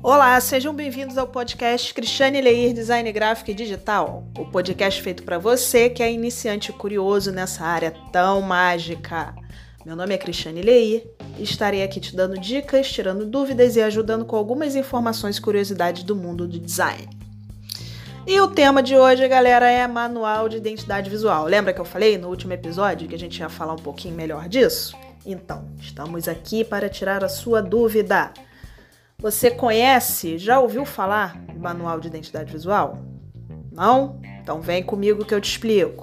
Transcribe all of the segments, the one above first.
Olá, sejam bem-vindos ao podcast Cristiane Leir Design Gráfico e Digital, o podcast feito para você que é iniciante e curioso nessa área tão mágica. Meu nome é Cristiane Leir e estarei aqui te dando dicas, tirando dúvidas e ajudando com algumas informações e curiosidades do mundo do design. E o tema de hoje, galera, é Manual de Identidade Visual. Lembra que eu falei no último episódio que a gente ia falar um pouquinho melhor disso? Então, estamos aqui para tirar a sua dúvida. Você conhece, já ouviu falar do Manual de Identidade Visual? Não? Então vem comigo que eu te explico.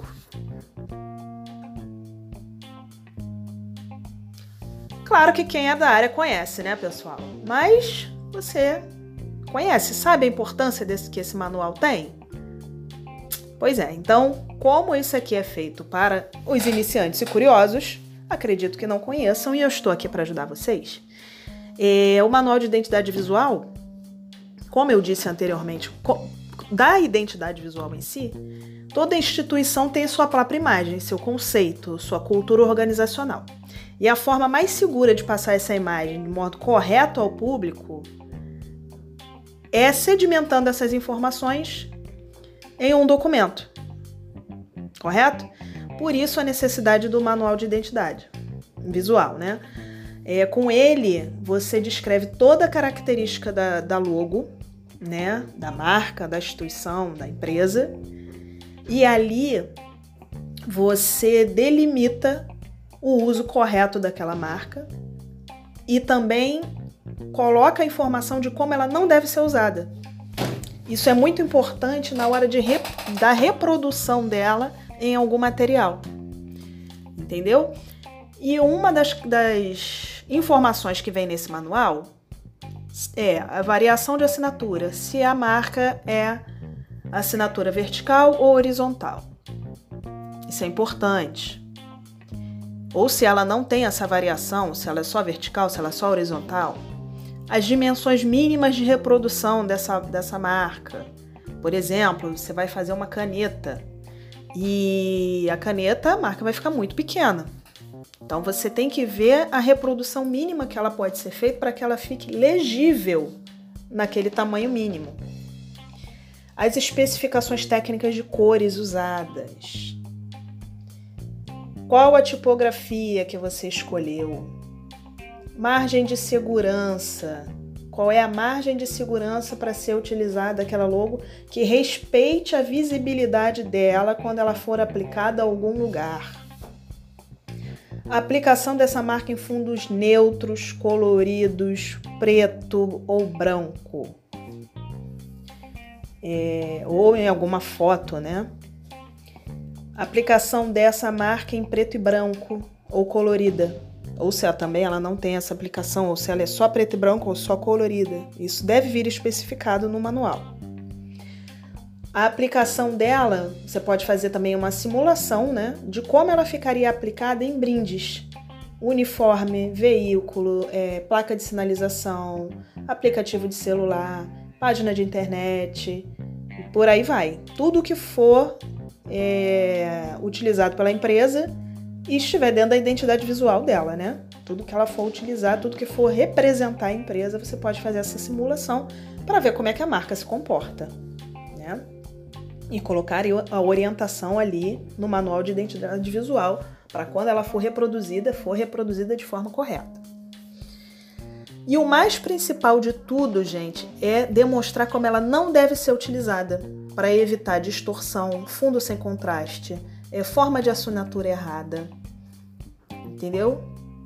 Claro que quem é da área conhece, né, pessoal? Mas você conhece, sabe a importância que esse manual tem? Pois é, então, como isso aqui é feito para os iniciantes e curiosos, acredito que não conheçam e eu estou aqui para ajudar vocês. O Manual de Identidade Visual, como eu disse anteriormente, da identidade visual em si, toda instituição tem sua própria imagem, seu conceito, sua cultura organizacional. E a forma mais segura de passar essa imagem de modo correto ao público é sedimentando essas informações em um documento, correto? Por isso a necessidade do Manual de Identidade Visual, né? Com ele, você descreve toda a característica da logo, né? Da marca, da instituição, da empresa. E ali, você delimita o uso correto daquela marca e também coloca a informação de como ela não deve ser usada. Isso é muito importante na hora da reprodução dela em algum material. Entendeu? E uma das informações que vem nesse manual é a variação de assinatura, se a marca é assinatura vertical ou horizontal. Isso é importante. Ou se ela não tem essa variação, se ela é só vertical, se ela é só horizontal. As dimensões mínimas de reprodução dessa marca. Por exemplo, você vai fazer uma caneta e a marca vai ficar muito pequena. Então, você tem que ver a reprodução mínima que ela pode ser feita para que ela fique legível naquele tamanho mínimo. As especificações técnicas de cores usadas. Qual a tipografia que você escolheu? Margem de segurança. Qual é a margem de segurança para ser utilizada aquela logo que respeite a visibilidade dela quando ela for aplicada a algum lugar? A aplicação dessa marca em fundos neutros, coloridos, preto ou branco. Ou em alguma foto, né? A aplicação dessa marca em preto e branco ou colorida. Ou se ela não tem essa aplicação, ou se ela é só preto e branco ou só colorida. Isso deve vir especificado no manual. A aplicação dela, você pode fazer também uma simulação, né, de como ela ficaria aplicada em brindes. Uniforme, veículo, placa de sinalização, aplicativo de celular, página de internet, e por aí vai. Tudo que for utilizado pela empresa e estiver dentro da identidade visual dela, né? Tudo que ela for utilizar, tudo que for representar a empresa, você pode fazer essa simulação para ver como é que a marca se comporta, né? E colocar a orientação ali no manual de identidade visual para quando ela for reproduzida de forma correta. E o mais principal de tudo, gente, é demonstrar como ela não deve ser utilizada para evitar distorção, fundo sem contraste, forma de assinatura errada, entendeu?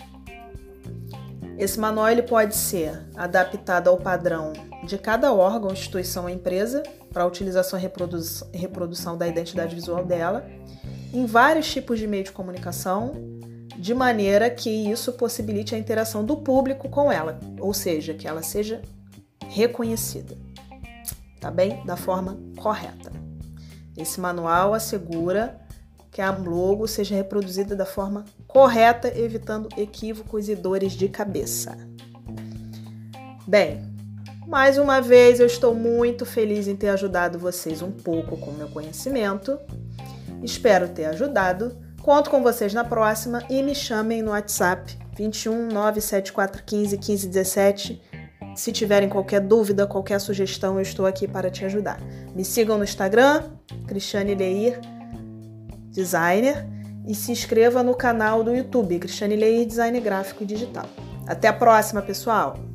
Esse manual ele pode ser adaptado ao padrão de cada órgão, instituição ou empresa para a utilização e reprodução da identidade visual dela em vários tipos de meio de comunicação, de maneira que isso possibilite a interação do público com ela, ou seja, que ela seja reconhecida, tá bem? Da forma correta. Esse manual assegura que a logo seja reproduzida da forma correta, evitando equívocos e dores de cabeça. Bem, mais uma vez eu estou muito feliz em ter ajudado vocês um pouco com o meu conhecimento. Espero ter ajudado. Conto com vocês na próxima e me chamem no WhatsApp 21 97415 1517 Se tiverem qualquer dúvida, qualquer sugestão, eu estou aqui para te ajudar. Me sigam no Instagram, Cristiane Leir Designer, e se inscreva no canal do YouTube, Cristiane Leir Design Gráfico e Digital. Até a próxima, pessoal!